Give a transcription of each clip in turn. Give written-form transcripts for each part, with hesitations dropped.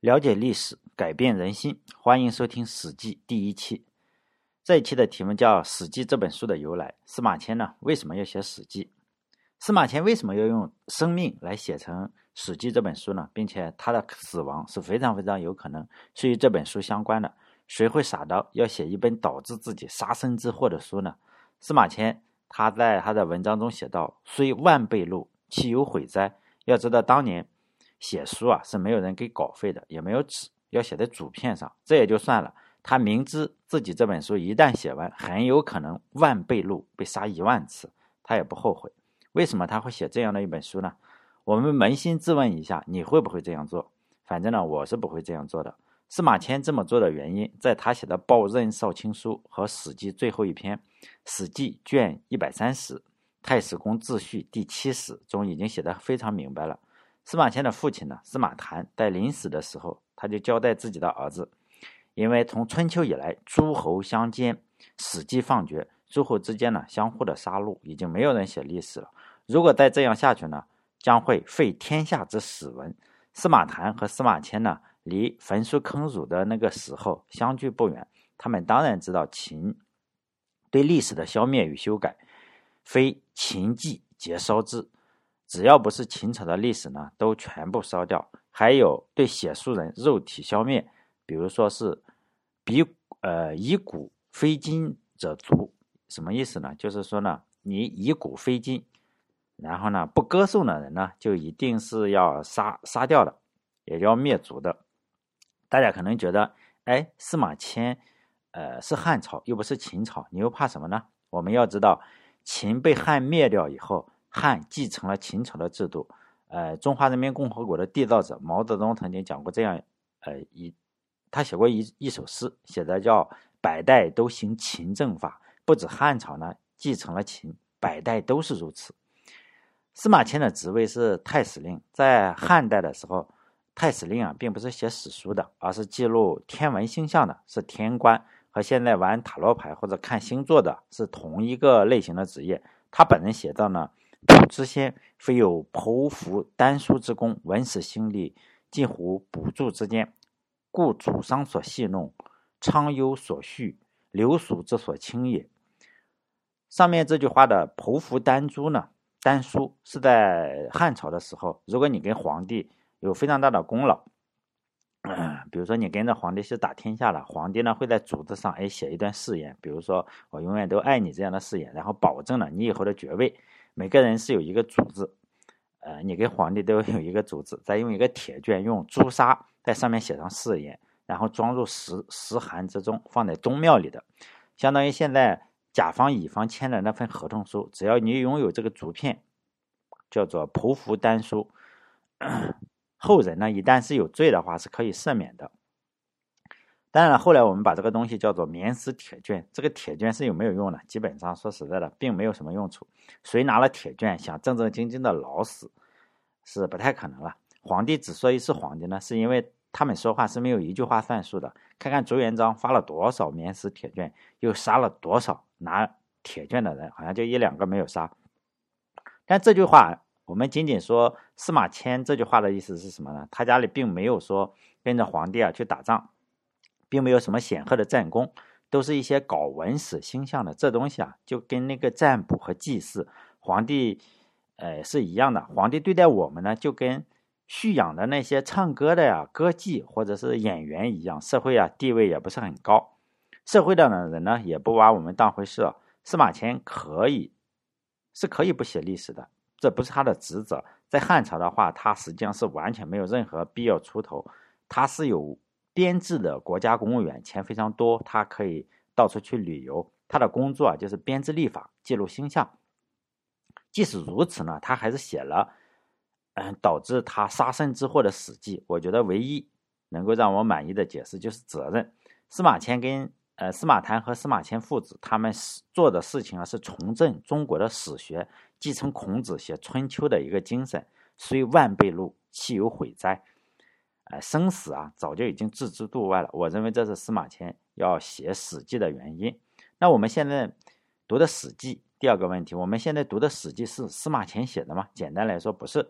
了解历史，改变人心。欢迎收听《史记》第一期。这一期的题目叫《史记》这本书的由来。司马迁呢，为什么要写《史记》？司马迁为什么要用生命来写成《史记》这本书呢？并且他的死亡是非常有可能是与这本书相关的。谁会傻到要写一本导致自己杀身之祸的书呢？司马迁他在他的文章中写道：“虽万倍禄，其有悔哉？”要知道当年写书是没有人给稿费的，也没有纸，要写在竹片上，这也就算了。他明知自己这本书一旦写完，很有可能万倍禄被杀10000次，他也不后悔。为什么他会写这样的一本书呢？我们扪心自问一下，你会不会这样做？反正呢，我是不会这样做的。司马迁这么做的原因，在他写的《报任少卿书》和《史记》最后一篇《史记》卷130太史公自序第70中已经写得非常明白了。司马迁的父亲呢，司马谈在临死的时候，他就交代自己的儿子，因为从春秋以来，诸侯相奸，史记放绝，诸侯之间呢相互的杀戮，已经没有人写历史了。如果再这样下去呢，将会废天下之史文。司马谈和司马迁呢，离焚书坑儒的那个时候相距不远，他们当然知道秦对历史的消灭与修改，非秦纪皆烧之。只要不是秦朝的历史呢，都全部烧掉。还有对写书人肉体消灭，比如说是以骨非金者族，什么意思呢？就是说呢，你以骨非金，然后呢不歌颂的人呢，就一定是要杀掉的，也要灭族的。大家可能觉得，司马迁是汉朝又不是秦朝，你又怕什么呢？我们要知道，秦被汉灭掉以后，汉继承了秦朝的制度。中华人民共和国的缔造者毛泽东曾经讲过这样，他写过一首诗，写的叫百代都行秦政法，不止汉朝呢继承了秦，百代都是如此。司马迁的职位是太史令，在汉代的时候，太史令并不是写史书的，而是记录天文星象的，是天官，和现在玩塔罗牌或者看星座的是同一个类型的职业。他本人写道呢，卜之先非有剖腹丹书之功，文史星力近乎补助之间，故主商所戏弄，昌幽所恤，流俗之所轻也。上面这句话的剖腹丹书是在汉朝的时候，如果你跟皇帝有非常大的功劳，比如说你跟着皇帝是打天下了，皇帝呢会在竹子上写一段誓言，比如说我永远都爱你这样的誓言，然后保证了你以后的爵位。每个人是有一个竹子，你跟皇帝都有一个竹子，再用一个铁卷用朱砂在上面写上誓言，然后装入石函之中，放在宗庙里的，相当于现在甲方乙方签的那份合同书，只要你拥有这个竹片，叫做剖腹丹书，后人呢一旦是有罪的话是可以赦免的。当然了，后来我们把这个东西叫做免死铁券。这个铁券是有没有用呢？基本上说实在的，并没有什么用处。谁拿了铁券想正正经经的老死，是不太可能了。皇帝之所以是皇帝呢，是因为他们说话是没有一句话算数的。看看朱元璋发了多少免死铁券，又杀了多少拿铁券的人，好像就1-2个没有杀。但这句话，我们仅仅说司马迁这句话的意思是什么呢？他家里并没有说跟着皇帝去打仗，并没有什么显赫的战功，都是一些搞文史星象的。这东西就跟那个占卜和祭祀，皇帝是一样的。皇帝对待我们呢，就跟蓄养的那些唱歌的歌妓或者是演员一样，社会地位也不是很高，社会的人呢也不把我们当回事。司马迁可以不写历史的，这不是他的职责。在汉朝的话，他实际上是完全没有任何必要出头，他是有编制的国家公务员，钱非常多，他可以到处去旅游。他的工作就是编制历法，记录星象。即使如此呢，他还是写了导致他杀身之祸的史记。我觉得唯一能够让我满意的解释就是责任。司马谈和司马迁父子他们做的事情是重振中国的史学，继承孔子写春秋的一个精神。虽万倍禄，其有悔哉？生死早就已经置之度外了。我认为这是司马迁要写史记的原因。那我们现在读的史记，第二个问题，我们现在读的史记是司马迁写的吗？简单来说不是。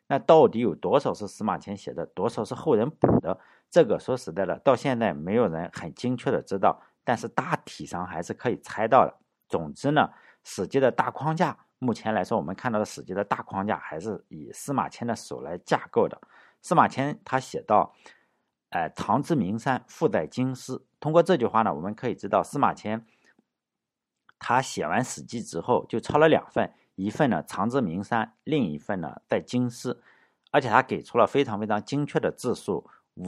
那到底有多少是司马迁写的，多少是后人补的？这个说实在的，到现在没有人很精确的知道，但是大体上还是可以猜到的。总之呢，史记的大框架，目前来说我们看到的史记的大框架还是以司马迁的手来架构的。司马迁他写到唐之名山，复在京师。通过这句话呢，我们可以知道司马迁他写完史记之后就抄了2份，一份呢藏之名山，另一份呢在京师，而且他给出了非常非常精确的字数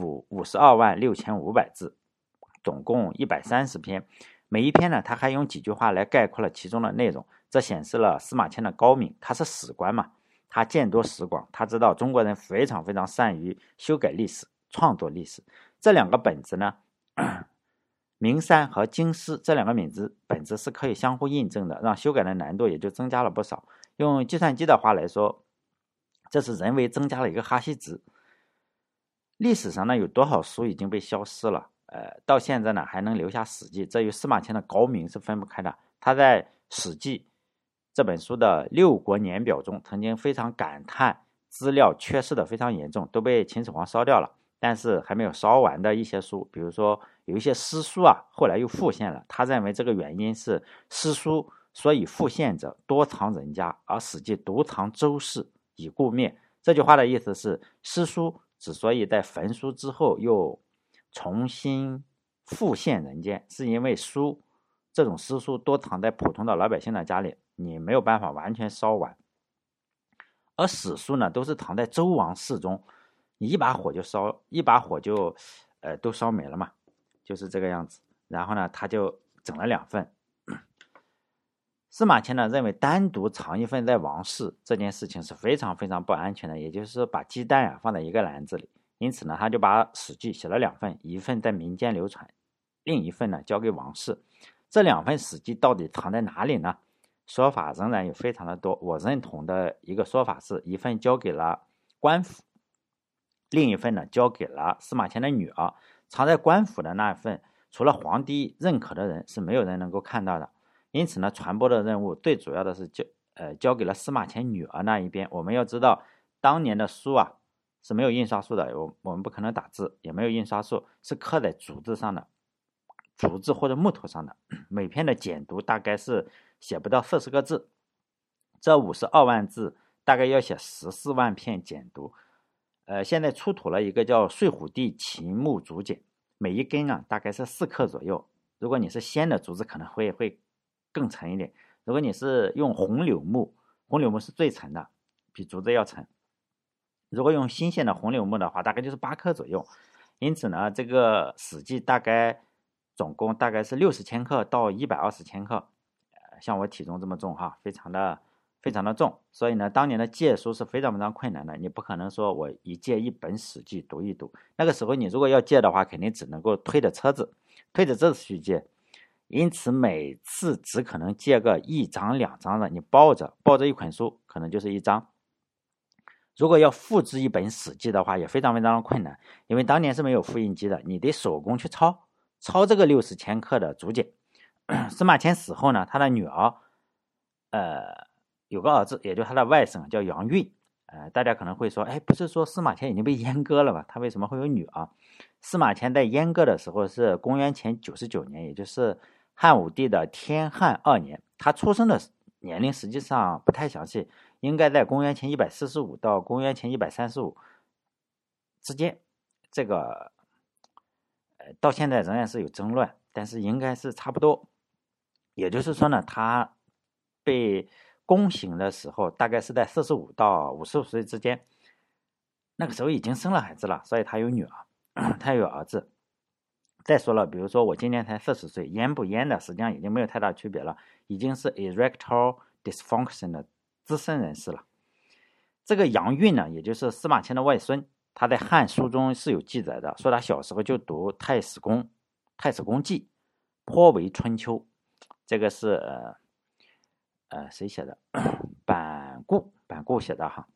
，526500字，总共130篇。每一篇呢他还用几句话来概括了其中的内容，这显示了司马迁的高明。他是史官嘛，他见多识广，他知道中国人非常非常善于修改历史，创作历史。这2个本子呢名山和京师这2个本子是可以相互印证的，让修改的难度也就增加了不少。用计算机的话来说，这是人为增加了一个哈希值。历史上呢有多少书已经被消失了，到现在呢还能留下史记，这与司马迁的高明是分不开的。他在史记这本书的6国年表中曾经非常感叹资料缺失的非常严重，都被秦始皇烧掉了。但是还没有烧完的一些书，比如说有一些诗书啊，后来又复现了。他认为这个原因是诗书所以复现者多藏人家，而史记独藏周氏，以故灭。这句话的意思是，诗书之所以在焚书之后又重新复现人间，是因为这种诗书多藏在普通的老百姓的家里，你没有办法完全烧完。而史书呢，都是藏在周王室中，你一把火就都烧没了嘛，就是这个样子。然后呢，他就整了2份。司马迁呢认为单独藏一份在王室这件事情是非常非常不安全的，也就是说把鸡蛋放在一个篮子里。因此呢，他就把史记写了2份，一份在民间流传，另一份呢交给王室。这2份史记到底藏在哪里呢？说法仍然有非常的多。我认同的一个说法是，一份交给了官府，另一份呢交给了司马迁的女儿。藏在官府的那一份，除了皇帝认可的人是没有人能够看到的。因此呢，传播的任务最主要的是交给了司马迁女儿那一边。我们要知道，当年的书啊是没有印刷术的，我们不可能打字，也没有印刷术，是刻在竹子上的，竹子或者木头上的。每篇的简读大概是写不到40个字，这52万字大概要写14万片简读。现在出土了一个叫睡虎地秦木竹简，每一根啊大概是4克左右。如果你是鲜的竹子，可能会更沉一点。如果你是用红柳木是最沉的，比竹子要沉。如果用新鲜的红柳木的话，大概就是8克左右。因此呢，这个史记总共大概是60千克到120千克。像我体重这么重哈，非常的重。所以呢，当年的借书是非常非常困难的，你不可能说我一借一本史记读一读。那个时候你如果要借的话，肯定只能够推着车子去借。因此每次只可能借个1张2张的，你抱着一捆书可能就是1张。如果要复制一本史记的话，也非常非常的困难，因为当年是没有复印机的，你得手工去抄这个60千克的竹简。司马迁死后呢，他的女儿有个儿子，也就是他的外甥叫杨运。大家可能会说，不是说司马迁已经被阉割了吗？他为什么会有女儿？司马迁在阉割的时候是公元前99年，也就是汉武帝的天汉2年。他出生的年龄实际上不太详细，应该在公元前145到公元前135之间。这个到现在仍然是有争论，但是应该是差不多。也就是说呢，他被宫刑的时候大概是在45到55岁之间，那个时候已经生了孩子了，所以他有女儿，他有儿子。再说了，比如说我今年才40岁，阉不阉的实际上已经没有太大区别了，已经是 erectile dysfunction 的资深人士了。这个杨运呢，也就是司马迁的外孙，他在《汉书》中是有记载的，说他小时候就读《太史公记》，颇为春秋。这个是谁写的？板固写的哈，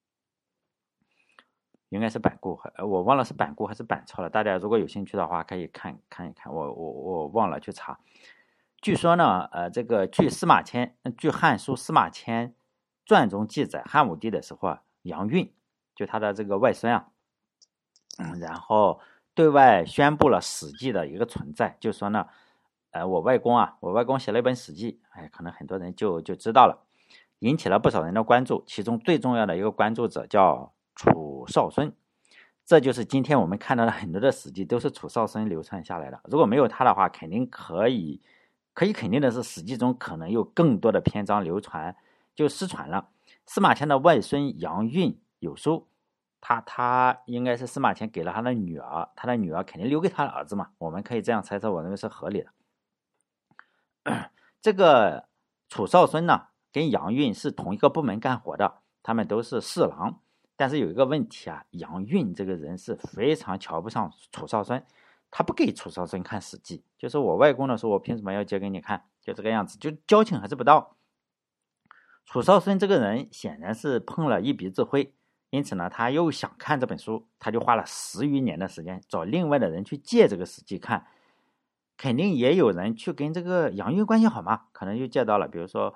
应该是板固，我忘了是板固还是板超了。大家如果有兴趣的话，可以看一看，我忘了去查。据说呢，这个据《汉书·司马迁传》中记载，汉武帝的时候啊，杨运就他的这个外孙啊，然后对外宣布了《史记》的一个存在，就说呢，我外公写了一本《史记》，可能很多人就知道了，引起了不少人的关注。其中最重要的一个关注者叫楚少孙，这就是今天我们看到的很多的《史记》都是楚少孙流传下来的。如果没有他的话，肯定可以肯定的是，《史记》中可能有更多的篇章流传就失传了。司马迁的外孙杨运有书，他应该是司马迁给了他的女儿，他的女儿肯定留给他的儿子嘛，我们可以这样猜测，我认为是合理的。这个楚少孙呢，跟杨运是同一个部门干活的，他们都是侍郎。但是有一个问题啊，杨运这个人是非常瞧不上楚少孙，他不给楚少孙看《史记》，就是我外公的时候，我凭什么要借给你看？就这个样子，就交情还是不到。楚少孙这个人显然是碰了一鼻子灰，因此呢，他又想看这本书，他就花了10余年的时间找另外的人去借这个《史记》看。肯定也有人去跟这个杨运关系好嘛，可能就借到了，比如说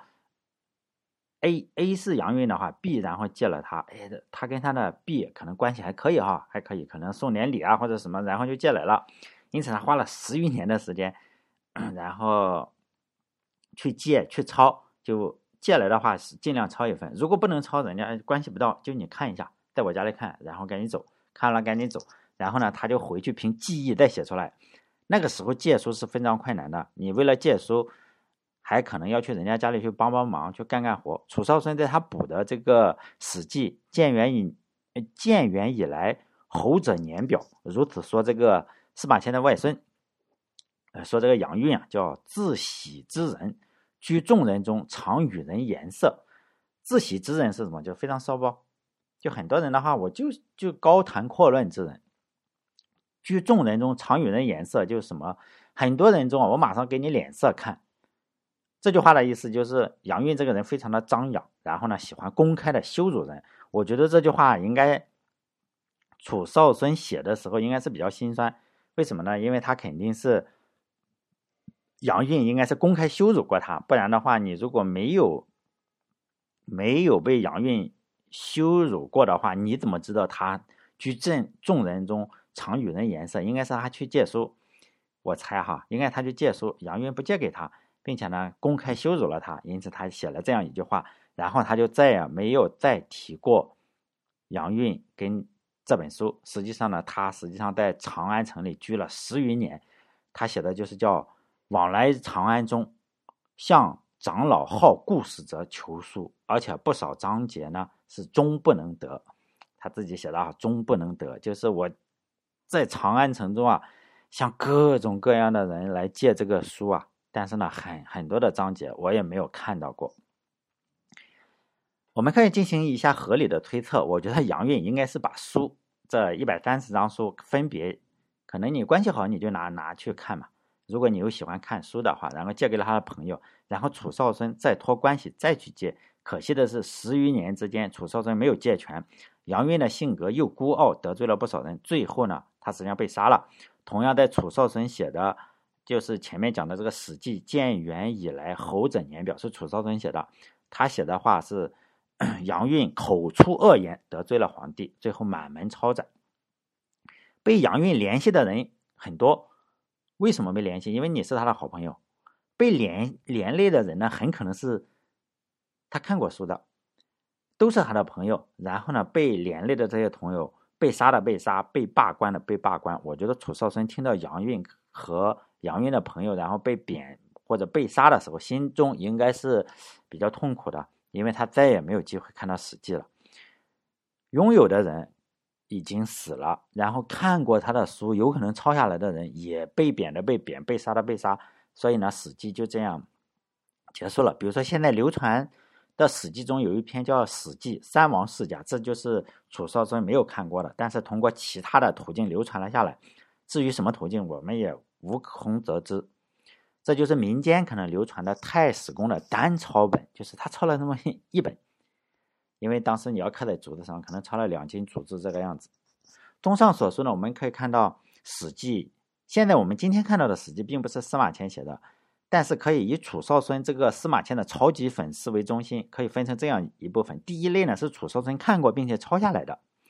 A 是杨运的话 ，B 然后借了他，他跟他的 B 可能关系还可以哈，还可以，可能送点礼啊或者什么，然后就借来了。因此他花了10余年的时间，然后去借去抄，就借来的话是尽量抄一份，如果不能抄，人家关系不到，就你看一下，在我家里看，然后赶紧走，看了赶紧走，然后呢他就回去凭记忆再写出来。那个时候借书是非常困难的，你为了借书还可能要去人家家里去帮帮忙，去干干活。楚少孙在他补的这个《史记》建元以来侯者年表，如此说这个司马迁的外孙，说这个杨运啊叫自喜之人，居众人中常与人言色。自喜之人是什么？就非常骚包，就很多人的话，我就高谈阔论之人。居众人中常与人言色，就是什么？很多人中我马上给你脸色看。这句话的意思就是杨运这个人非常的张扬，然后呢喜欢公开的羞辱人。我觉得这句话应该楚少孙写的时候应该是比较心酸，为什么呢？因为他肯定是杨运应该是公开羞辱过他，不然的话你如果没有被杨运羞辱过的话，你怎么知道他居众人中常与人言色？应该是他去借书，我猜哈，应该他去借书，杨运不借给他，并且呢公开羞辱了他，因此他写了这样一句话，然后他就再也没有再提过杨运跟这本书。实际上呢，他实际上在长安城里居了10余年，他写的就是叫往来长安中，向长老好故事者求书，而且不少章节呢是终不能得。他自己写的终不能得，就是我在长安城中啊，向各种各样的人来借这个书啊，但是呢很多的章节我也没有看到过。我们可以进行一下合理的推测，我觉得杨运应该是把书这130章书分别，可能你关系好你就拿去看嘛，如果你有喜欢看书的话，然后借给了他的朋友，然后楚少孙再托关系再去借。可惜的是10余年之间楚少孙没有借全，杨运的性格又孤傲，得罪了不少人，最后呢他实际上被杀了。同样在楚少孙写的就是前面讲的这个《史记》建元以来侯者年表是楚少孙写的，他写的话是杨运口出恶言，得罪了皇帝，最后满门抄斩。被杨运联系的人很多，为什么没联系？因为你是他的好朋友。被连累的人呢，很可能是他看过书的，都是他的朋友。然后呢，被连累的这些朋友，被杀的被杀，被罢官的被罢官。我觉得楚少孙听到杨运和杨运的朋友然后被贬或者被杀的时候，心中应该是比较痛苦的，因为他再也没有机会看到《史记》了。拥有的人已经死了，然后看过他的书有可能抄下来的人也被贬的被贬，被杀的被杀，所以呢《史记》就这样结束了。比如说现在流传的《史记》中有一篇叫《史记三王世家》，这就是楚少孙没有看过的，但是通过其他的途径流传了下来，至于什么途径我们也无从得知。这就是民间可能流传的太史公的单抄本，就是他抄了那么一本，因为当时你要刻在竹子上，可能抄了2斤竹子这个样子。综上所述呢，我们可以看到《史记》，现在我们今天看到的《史记》并不是司马迁写的，但是可以以楚少孙这个司马迁的超级粉丝为中心，可以分成这样一部分。第一类呢是楚少孙看过并且抄下来的，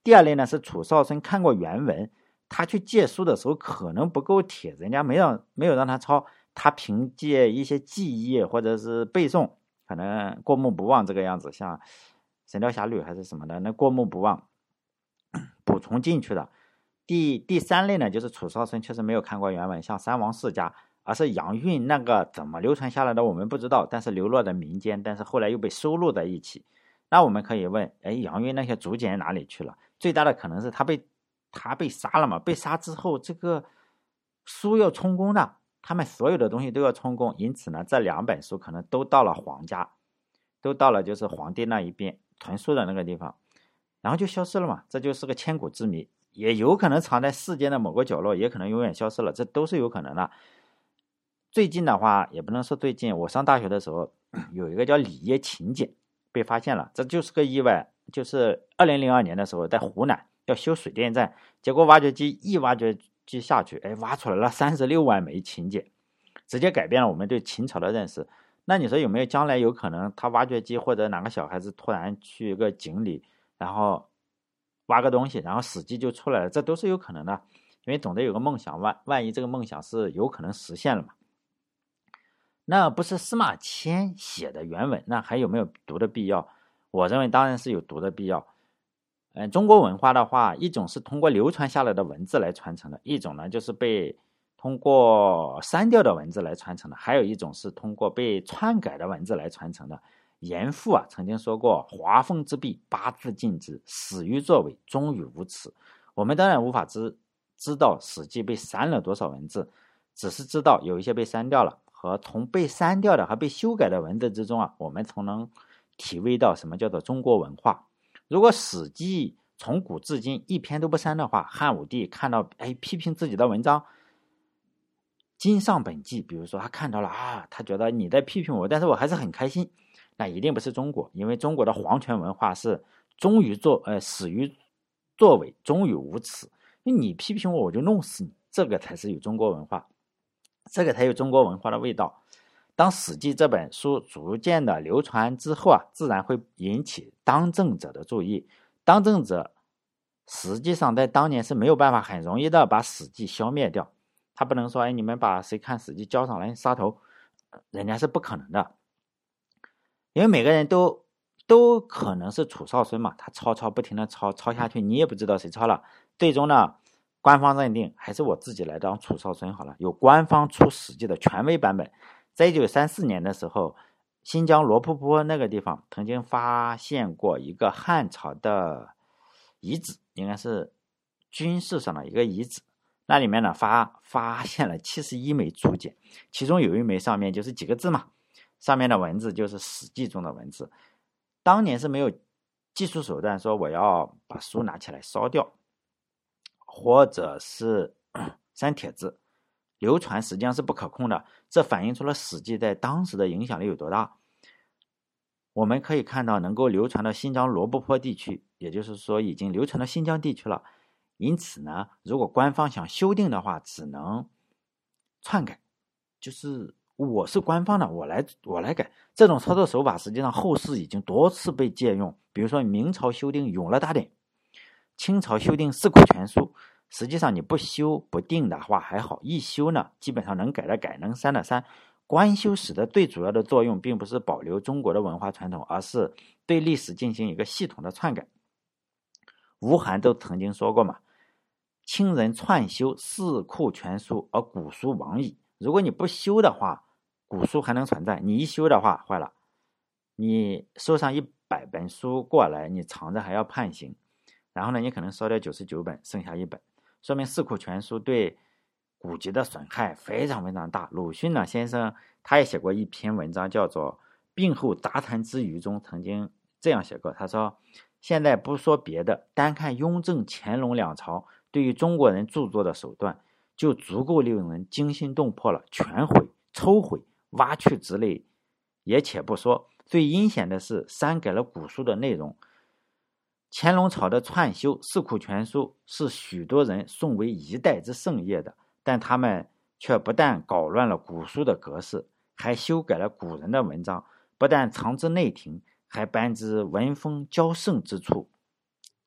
第二类呢是楚少孙看过原文，他去借书的时候可能不够铁，人家没有让他抄，他凭借一些记忆或者是背诵，可能过目不忘这个样子，像《神雕侠侣》还是什么的，那过目不忘补充进去的。第三类呢，就是楚少孙确实没有看过原文，像三王世家，而是杨运那个怎么流传下来的我们不知道，但是流落在民间，但是后来又被收录在一起。那我们可以问，杨运那些竹简哪里去了？最大的可能是他被杀了嘛，被杀之后这个书要充公的，他们所有的东西都要充公，因此呢，这2本书可能都到了皇家，都到了就是皇帝那一边屯书的那个地方，然后就消失了嘛，这就是个千古之谜，也有可能藏在世间的某个角落，也可能永远消失了，这都是有可能的。最近的话也不能说最近，我上大学的时候有一个叫里耶秦简被发现了，这就是个意外，就是2002年的时候在湖南要修水电站，结果挖掘机一挖掘机下去，挖出来了36万枚秦简，直接改变了我们对秦朝的认识。那你说有没有将来有可能他挖掘机或者哪个小孩子突然去一个井里，然后挖个东西，然后史记就出来了，这都是有可能的，因为总得有个梦想，万一这个梦想是有可能实现了嘛。那不是司马迁写的原文，那还有没有读的必要？我认为当然是有读的必要。中国文化的话，一种是通过流传下来的文字来传承的，一种呢就是被通过删掉的文字来传承的，还有一种是通过被篡改的文字来传承的。严复曾经说过：“华风之弊，八字尽之，始于作伪，终于无耻。”我们当然无法知道《史记》被删了多少文字，只是知道有一些被删掉了。和从被删掉的和被修改的文字之中我们才能体味到什么叫做中国文化。如果《史记》从古至今一篇都不删的话，汉武帝看到批评自己的文章，今上本纪，比如说他看到了他觉得你在批评我，但是我还是很开心，那一定不是中国，因为中国的皇权文化是始于作伪，终于无耻。你批评我，我就弄死你，这个才是有中国文化。这个才有中国文化的味道。当《史记》这本书逐渐的流传之后自然会引起当政者的注意。当政者实际上在当年是没有办法很容易的把《史记》消灭掉，他不能说你们把谁看《史记》交上来杀头，人家是不可能的，因为每个人都可能是楚少孙嘛，他抄不停的抄下去，你也不知道谁抄了，最终呢官方认定还是我自己来当楚少孙好了，有官方出《史记》的权威版本。在1934年的时候，新疆罗布泊那个地方曾经发现过一个汉朝的遗址，应该是军事上的一个遗址，那里面呢发现了71枚竹简，其中有一枚上面就是几个字嘛，上面的文字就是《史记》中的文字。当年是没有技术手段说我要把书拿起来烧掉，或者是删帖子，流传实际上是不可控的，这反映出了《史记》在当时的影响力有多大。我们可以看到能够流传到新疆罗布泊地区，也就是说已经流传到新疆地区了。因此呢，如果官方想修订的话，只能篡改，就是我是官方的，我来改。这种操作手法实际上后世已经多次被借用，比如说明朝修订《永乐大典》，清朝修订《四库全书》，实际上你不修不定的话还好，一修呢，基本上能改的改，能删的删。官修史的最主要的作用并不是保留中国的文化传统，而是对历史进行一个系统的篡改。吴晗都曾经说过嘛，清人篡修四库全书，而古书亡矣。如果你不修的话，古书还能存在，你一修的话坏了，你收上100本书过来，你藏着还要判刑，然后呢，你可能烧掉99本，剩下1本，说明四库全书对古籍的损害非常非常大。鲁迅呢先生他也写过一篇文章，叫做《病后杂谈之余》，中曾经这样写过，他说：现在不说别的，单看雍正、乾隆两朝对于中国人著作的手段，就足够令人惊心动魄了。全毁、抽毁、挖去之类也且不说，最阴险的是删改了古书的内容。乾隆朝的篡修四库全书是许多人颂为一代之盛业的，但他们却不但搞乱了古书的格式，还修改了古人的文章，不但藏之内廷，还搬之文风骄盛之处。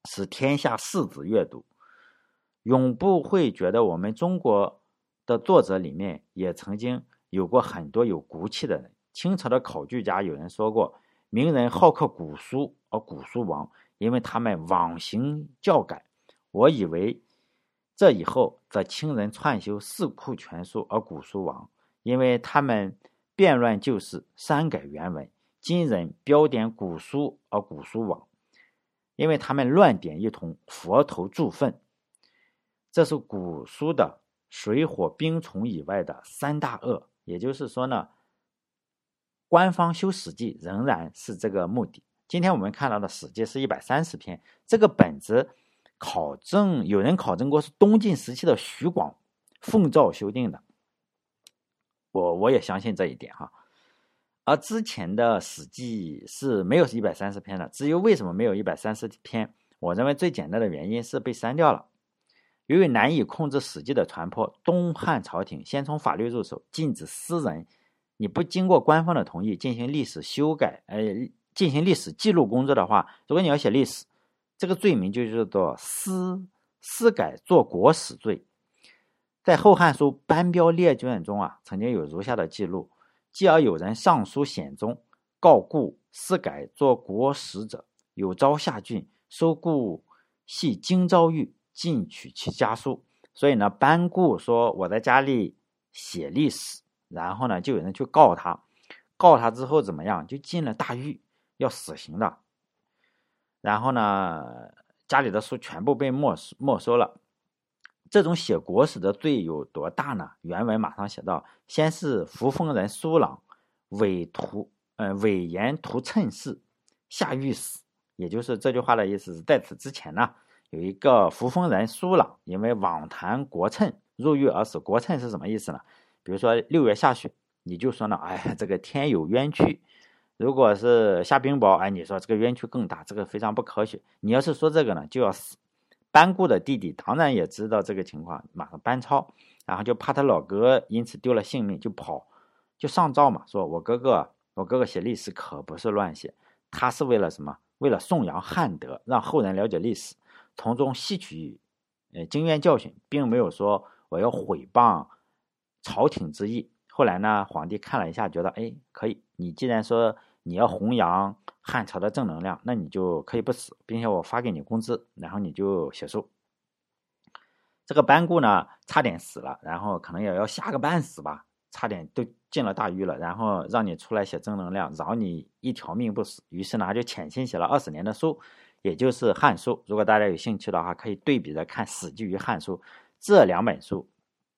使天下士子阅读，永不会觉得我们中国的作者里面也曾经有过很多有骨气的人。清朝的考据家有人说过，名人好刻古书而古书亡，因为他们妄行教改。我以为这以后则清人串修四库全书而古书亡，因为他们辩乱旧事，删改原文。今人标点古书而古书亡，因为他们乱点一通，佛头鑄粪。这是古书的水火冰虫以外的三大恶。也就是说呢，官方修史记仍然是这个目的。今天我们看到的史记是130篇，这个本子考证有人考证过是东晋时期的徐广奉诏修订的，我也相信这一点哈。而之前的史记是没有130篇的，至于为什么没有130篇，我认为最简单的原因是被删掉了。由于难以控制史记的传播，东汉朝廷先从法律入手，禁止私人你不经过官方的同意进行历史修改，进行历史记录工作的话，如果你要写历史，这个罪名就叫做私改作国史罪。在《后汉书·班彪列卷》中曾经有如下的记录：继而有人上书显宗，告故私改作国史者，有招下郡，收故系京兆狱，尽取其家书。所以呢，班固说我在家里写历史，然后呢，就有人去告他，告他之后怎么样？就进了大狱，要死刑的。然后呢，家里的书全部被没收了。这种写国史的罪有多大呢？原文马上写道：先是扶风人苏朗伪言图趁势下狱死。也就是这句话的意思是，在此之前呢，有一个扶风人苏朗因为妄谈国谶入狱而死。国谶是什么意思呢？比如说6月下雪，你就说呢，这个天有冤屈。如果是下冰雹，你说这个冤屈更大，这个非常不科学。你要是说这个呢，就要死。班固的弟弟当然也知道这个情况，马上班超，然后就怕他老哥因此丢了性命，就上诏嘛，说我哥哥写历史可不是乱写，他是为了什么？为了颂扬汉德，让后人了解历史，从中吸取经验教训，并没有说我要毁谤朝廷之意。后来呢，皇帝看了一下，觉得可以，你既然说你要弘扬汉朝的正能量，那你就可以不死，并且我发给你工资，然后你就写书。这个班固呢，差点死了，然后可能也要下个半死吧，差点都进了大狱了，然后让你出来写正能量，饶你一条命不死。于是呢，他就潜心写了20年的书，也就是《汉书》。如果大家有兴趣的话，可以对比着看《史记》与《汉书》这两本书。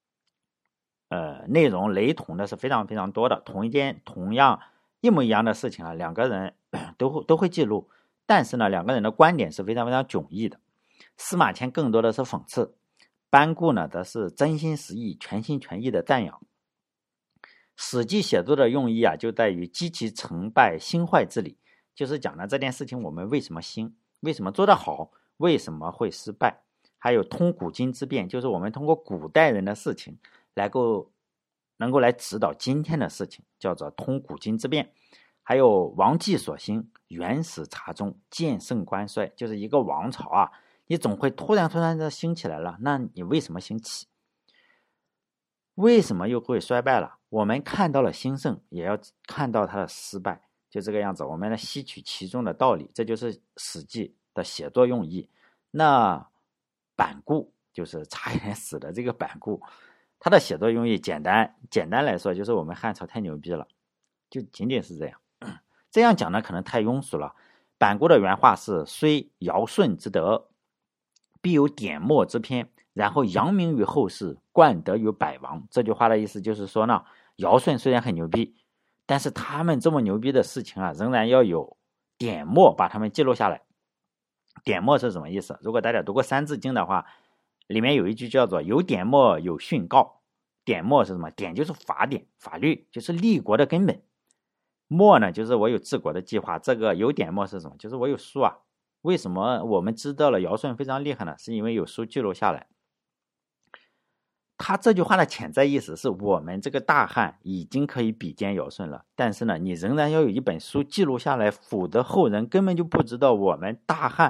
内容雷同的是非常非常多的，同样一模一样的事情两个人都会记录，但是呢，两个人的观点是非常非常迥异的。司马迁更多的是讽刺，班固呢则是真心实意、全心全意的赞扬。史记写作的用意就在于积其成败兴坏之理，就是讲了这件事情我们为什么兴，为什么做得好，为什么会失败，还有通古今之变，就是我们通过古代人的事情能够来指导今天的事情，叫做通古今之变。还有王纪所兴，原始察中，见盛观衰，就是一个王朝你总会突然的兴起来了，那你为什么兴起？为什么又会衰败了？我们看到了兴盛，也要看到它的失败，就这个样子，我们来吸取其中的道理，这就是史记的写作用意。那班固就是差一点死的这个班固，他的写作用意简单来说，就是我们汉朝太牛逼了，就仅仅是这样。这样讲呢，可能太庸俗了。班固的原话是：虽尧舜之德，必有典墨之篇，然后扬名于后世，冠德于百王。这句话的意思就是说呢，尧舜虽然很牛逼，但是他们这么牛逼的事情仍然要有典墨把他们记录下来。典墨是什么意思？如果大家读过《三字经》的话，里面有一句叫做有典墨有训告。典墨是什么？典就是法典、法律，就是立国的根本。墨呢，就是我有治国的计划。这个有典墨是什么？就是我有书为什么我们知道了尧舜非常厉害呢？是因为有书记录下来。他这句话的潜在意思是我们这个大汉已经可以比肩尧舜了，但是呢，你仍然要有一本书记录下来，否则后人根本就不知道我们大汉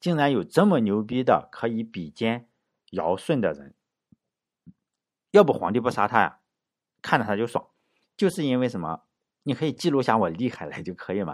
竟然有这么牛逼的可以比肩尧舜的人，要不皇帝不杀他呀，看着他就爽，就是因为什么？你可以记录下我厉害了就可以嘛，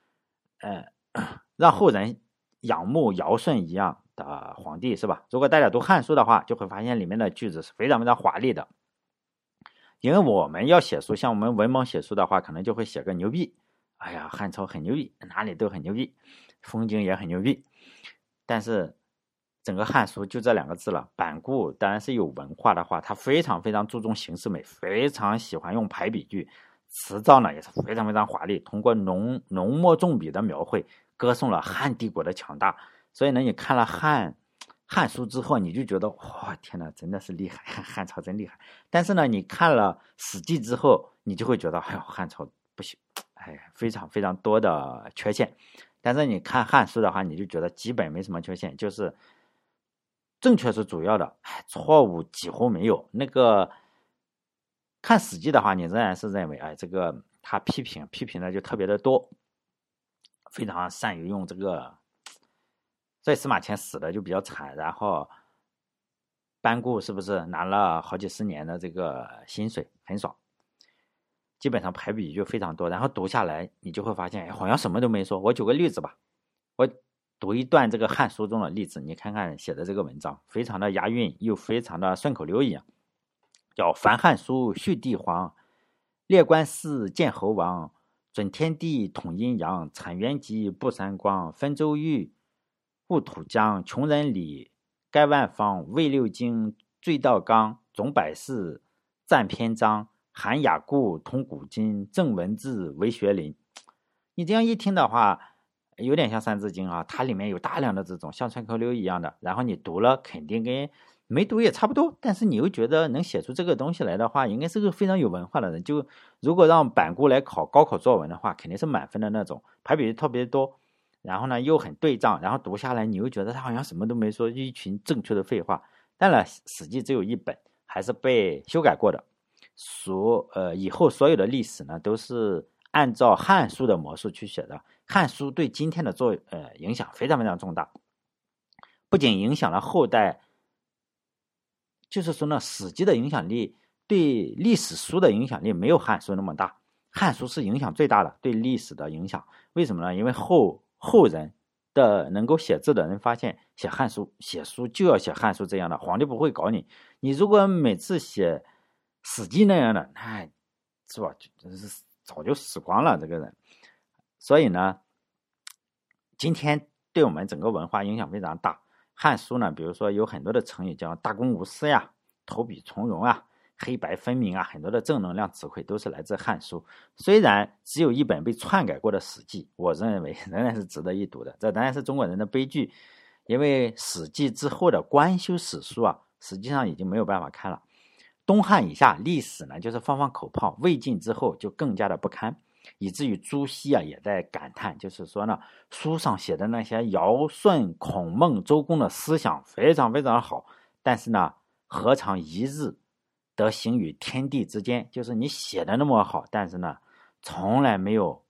让后人仰慕尧舜一样的皇帝是吧？如果大家读汉书的话，就会发现里面的句子是非常非常华丽的。因为我们要写书，像我们文盲写书的话，可能就会写个牛逼，哎呀，汉朝很牛逼，哪里都很牛逼，风景也很牛逼。但是整个汉书就这2个字了。版固当然是有文化的话，他非常非常注重形式美，非常喜欢用排比句，词造呢也是非常非常华丽，通过浓墨重笔的描绘，歌颂了汉帝国的强大。所以呢，你看了汉书之后，你就觉得哇，天哪，真的是厉害，汉朝真厉害。但是呢，你看了史记之后，你就会觉得，哎呦，汉朝不行，哎，非常非常多的缺陷。但是你看汉书的话，你就觉得基本没什么缺陷，就是正确是主要的，错误几乎没有。那个看史记的话，你仍然是认为，这个他批评的就特别的多，非常善于用这个。所以司马迁死的就比较惨，然后班固是不是拿了好几十年的这个薪水，很爽，基本上排比就非常多，然后读下来你就会发现，好像什么都没说。我举个例子吧，我读一段这个汉书中的例子，你看看写的这个文章，非常的押韵，又非常的顺口溜一样，叫凡汉书续帝皇，列官司见侯王，准天地统阴阳，产元吉布三光，分周瑜务土疆，穷人里盖万方，魏六经最道纲，总百事占篇章，含雅故通古今，正文字为学林。你这样一听的话，有点像三字经啊，它里面有大量的这种像顺口溜一样的，然后你读了肯定跟没读也差不多，但是你又觉得能写出这个东西来的话，应该是个非常有文化的人。就如果让版固来考高考作文的话，肯定是满分的那种，排比特别多，然后呢又很对仗，然后读下来你又觉得他好像什么都没说，一群正确的废话。当然史记只有一本，还是被修改过的，以后所有的历史呢都是按照汉书的模式去写的。汉书对今天的影响非常非常重大，不仅影响了后代，就是说呢，史记的影响力对历史书的影响力没有汉书那么大，汉书是影响最大的对历史的影响。为什么呢？因为后人的能够写字的人发现，写书就要写汉书这样的，皇帝不会搞你。你如果每次写史记那样的，那是吧，就是早就死光了这个人。所以呢，今天对我们整个文化影响非常大。汉书呢，比如说有很多的成语叫大公无私呀、投笔从戎啊、黑白分明啊，很多的正能量词汇都是来自汉书。虽然只有一本被篡改过的史记，我认为仍然是值得一读的。这当然是中国人的悲剧，因为史记之后的官修史书啊，实际上已经没有办法看了。东汉以下历史呢，就是放放口炮，魏晋之后就更加的不堪，以至于朱熹啊也在感叹，就是说呢，书上写的那些尧舜孔孟周公的思想非常非常好，但是呢，何尝一日得行于天地之间？就是你写的那么好，但是呢，从来没有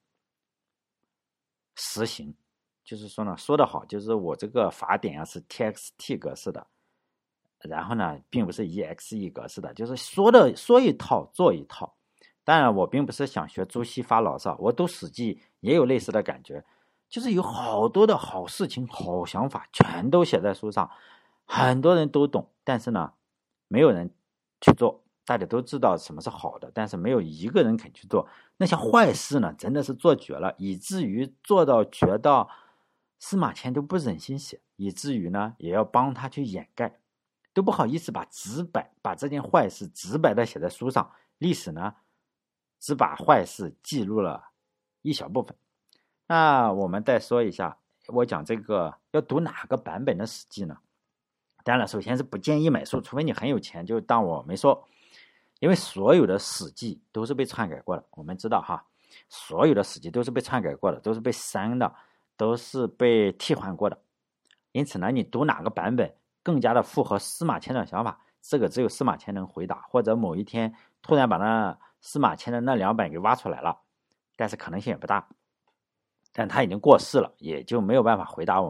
实行。就是说呢，说的好，就是我这个法典啊是 TXT 格式的，然后呢，并不是 EXE 格式的，就是说一套做一套。当然，我并不是想学朱熹发牢骚，我读史记也有类似的感觉，就是有好多的好事情、好想法，全都写在书上，很多人都懂，但是呢，没有人去做。大家都知道什么是好的，但是没有一个人肯去做。那些坏事呢，真的是做绝了，以至于做到绝到司马迁都不忍心写，以至于呢，也要帮他去掩盖。都不好意思把这件坏事直白的写在书上，历史呢只把坏事记录了一小部分。那我们再说一下，我讲这个要读哪个版本的史记呢？当然首先是不建议买书，除非你很有钱，就当我没说。因为所有的史记都是被篡改过的，我们知道哈，所有的史记都是被篡改过的，都是被删的，都是被替换过的。因此呢，你读哪个版本更加的符合司马迁的想法，这个只有司马迁能回答，或者某一天突然把那司马迁的那2本给挖出来了，但是可能性也不大。但他已经过世了，也就没有办法回答我们。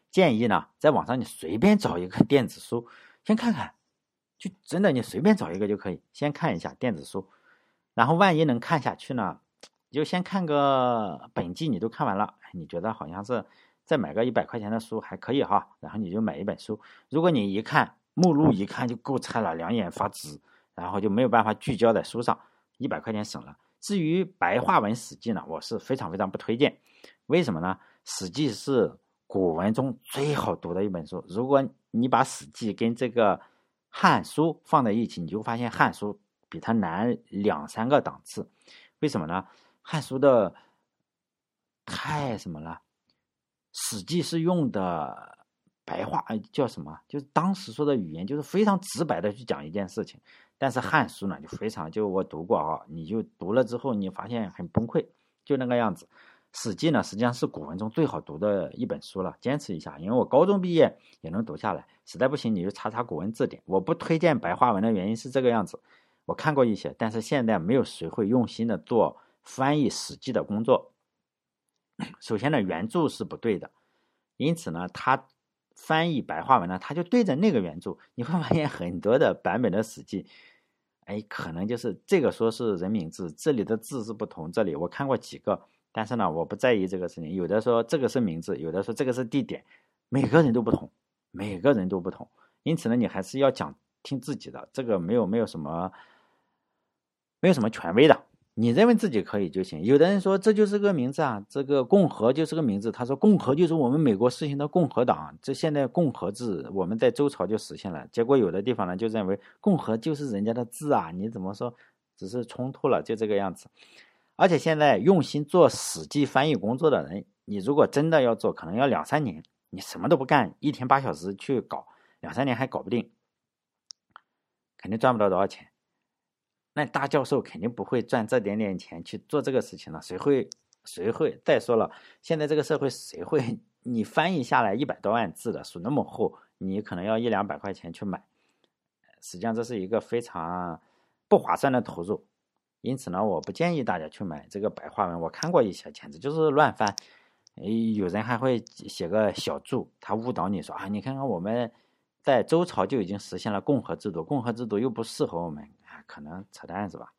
建议呢，在网上你随便找一个电子书，先看看，就真的你随便找一个就可以，先看一下电子书，然后万一能看下去呢，就先看个本季，你都看完了，你觉得好像是再买个100块钱的书还可以哈，然后你就买一本书。如果你一看目录一看就够菜了，两眼发直，然后就没有办法聚焦在书上，100块钱省了。至于白话文史记呢，我是非常非常不推荐。为什么呢？史记是古文中最好读的一本书，如果你把史记跟这个汉书放在一起，你就发现汉书比它难2-3个档次。为什么呢？汉书的太什么了，史记是用的白话，叫什么？就是当时说的语言，就是非常直白的去讲一件事情。但是汉书呢，就非常，就我读过啊，你就读了之后，你发现很崩溃，就那个样子。史记呢，实际上是古文中最好读的一本书了，坚持一下，因为我高中毕业也能读下来。实在不行，你就查查古文字典。我不推荐白话文的原因是这个样子，我看过一些，但是现在没有谁会用心的做翻译史记的工作。首先呢，原著是不对的，因此呢，他翻译白话文呢，他就对着那个原著，你会发现很多的版本的史记，可能就是这个说是人名字，这里的字是不同，这里我看过几个，但是呢，我不在意这个事情。有的说这个是名字，有的说这个是地点，每个人都不同，每个人都不同。因此呢，你还是要听自己的，这个没有什么权威的。你认为自己可以就行。有的人说这就是个名字啊，这个共和就是个名字。他说共和就是我们美国实行的共和党，这现在共和制我们在周朝就实现了。结果有的地方呢就认为共和就是人家的字啊，你怎么说只是冲突了，就这个样子。而且现在用心做史记翻译工作的人，你如果真的要做，可能要2-3年，你什么都不干，一天8小时去搞，2-3年还搞不定，肯定赚不到多少钱。那大教授肯定不会赚这点钱去做这个事情了，谁会？再说了，现在这个社会谁会？你翻译下来100多万字的书那么厚，你可能要100-200块钱去买，实际上这是一个非常不划算的投入。因此呢，我不建议大家去买这个白话文。我看过一些，简直就是乱翻。有人还会写个小注，他误导你说啊，你看看我们在周朝就已经实现了共和制度，共和制度又不适合我们，可能扯淡是吧？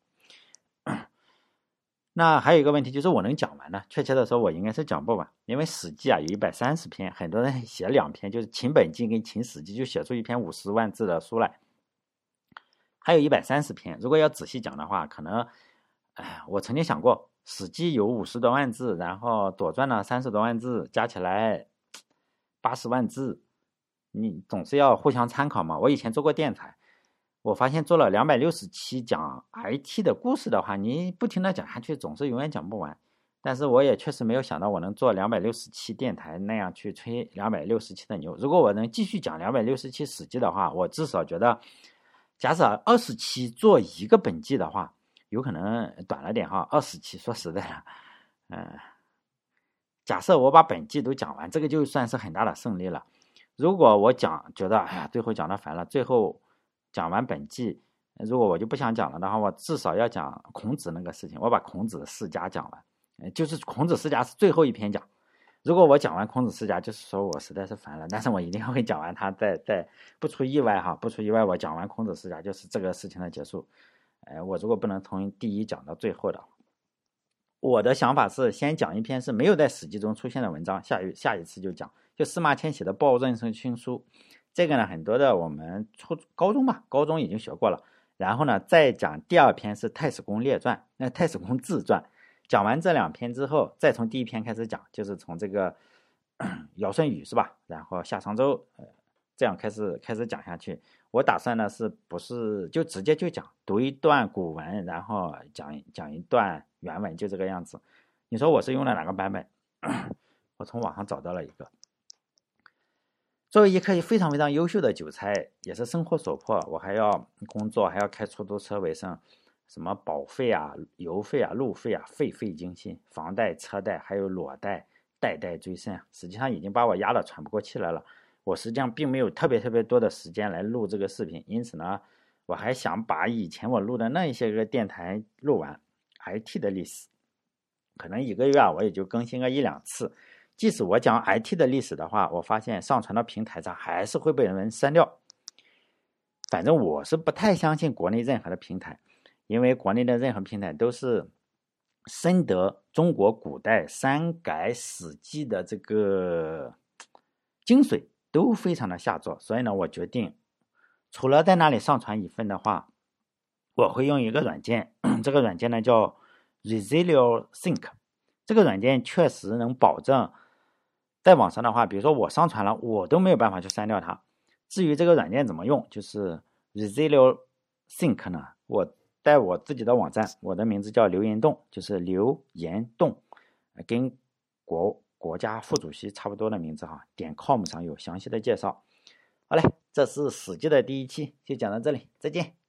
那还有一个问题就是我能讲完呢？确切的说，我应该是讲不完，因为史记啊有130篇，很多人写2篇，就是秦本纪跟秦史记就写出一篇50万字的书来，还有130篇。如果要仔细讲的话，可能，我曾经想过，史记有50多万字，然后左传呢30多万字，加起来80万字，你总是要互相参考嘛。我以前做过电台。我发现做了260期讲 IT 的故事的话，你不停的讲下去，总是永远讲不完。但是我也确实没有想到我能做260期电台那样去吹260期的牛。如果我能继续讲260期史记的话，我至少觉得，假设20期做一个本纪的话，有可能短了点哈。20期说实在的，假设我把本纪都讲完，这个就算是很大的胜利了。如果我觉得最后讲的烦了，最后讲完本纪，如果我就不想讲了的话，我至少要讲孔子那个事情，我把孔子世家讲完，就是孔子世家是最后一篇讲。如果我讲完孔子世家，就是说我实在是烦了，但是我一定会讲完它，再不出意外我讲完孔子世家就是这个事情的结束。我如果不能从第一讲到最后的，我的想法是先讲一篇是没有在史记中出现的文章，下一次就讲，就司马迁写的《报任卿书》。这个呢，很多的我们高中已经学过了。然后呢，再讲第2篇是太史公列传，那太史公自传。讲完这2篇之后，再从第1篇开始讲，就是从这个尧舜禹是吧？然后夏商周，这样开始讲下去。我打算呢是不是就直接就讲，读一段古文，然后讲一段原文，就这个样子。你说我是用了哪个版本？我从网上找到了一个。作为一个非常非常优秀的韭菜，也是生活所迫，我还要工作，还要开出租车为生，什么保费啊、油费啊、路费啊，费尽心，房贷、车贷还有裸贷，代代追甚，实际上已经把我压得喘不过气来了。我实际上并没有特别多的时间来录这个视频，因此呢，我还想把以前我录的那一些个电台录完 IT 的历史，可能1个月我也就更新个1-2次。 即使我讲 IT 的历史的话，我发现上传到平台上还是会被人删掉。反正我是不太相信国内任何的平台，因为国内的任何平台都是深得中国古代删改史记的这个精髓，都非常的下作。所以呢，我决定除了在那里上传一份的话，我会用一个软件，这个软件呢叫 Resilio Sync。 这个软件确实能保证在网上的话，比如说我上传了，我都没有办法去删掉它。至于这个软件怎么用，就是 Resilio Sync 呢，我在我自己的网站，我的名字叫刘延栋，就是刘延栋，跟国家副主席差不多的名字哈，.com 上有详细的介绍。好嘞，这是史记的第一期，就讲到这里，再见。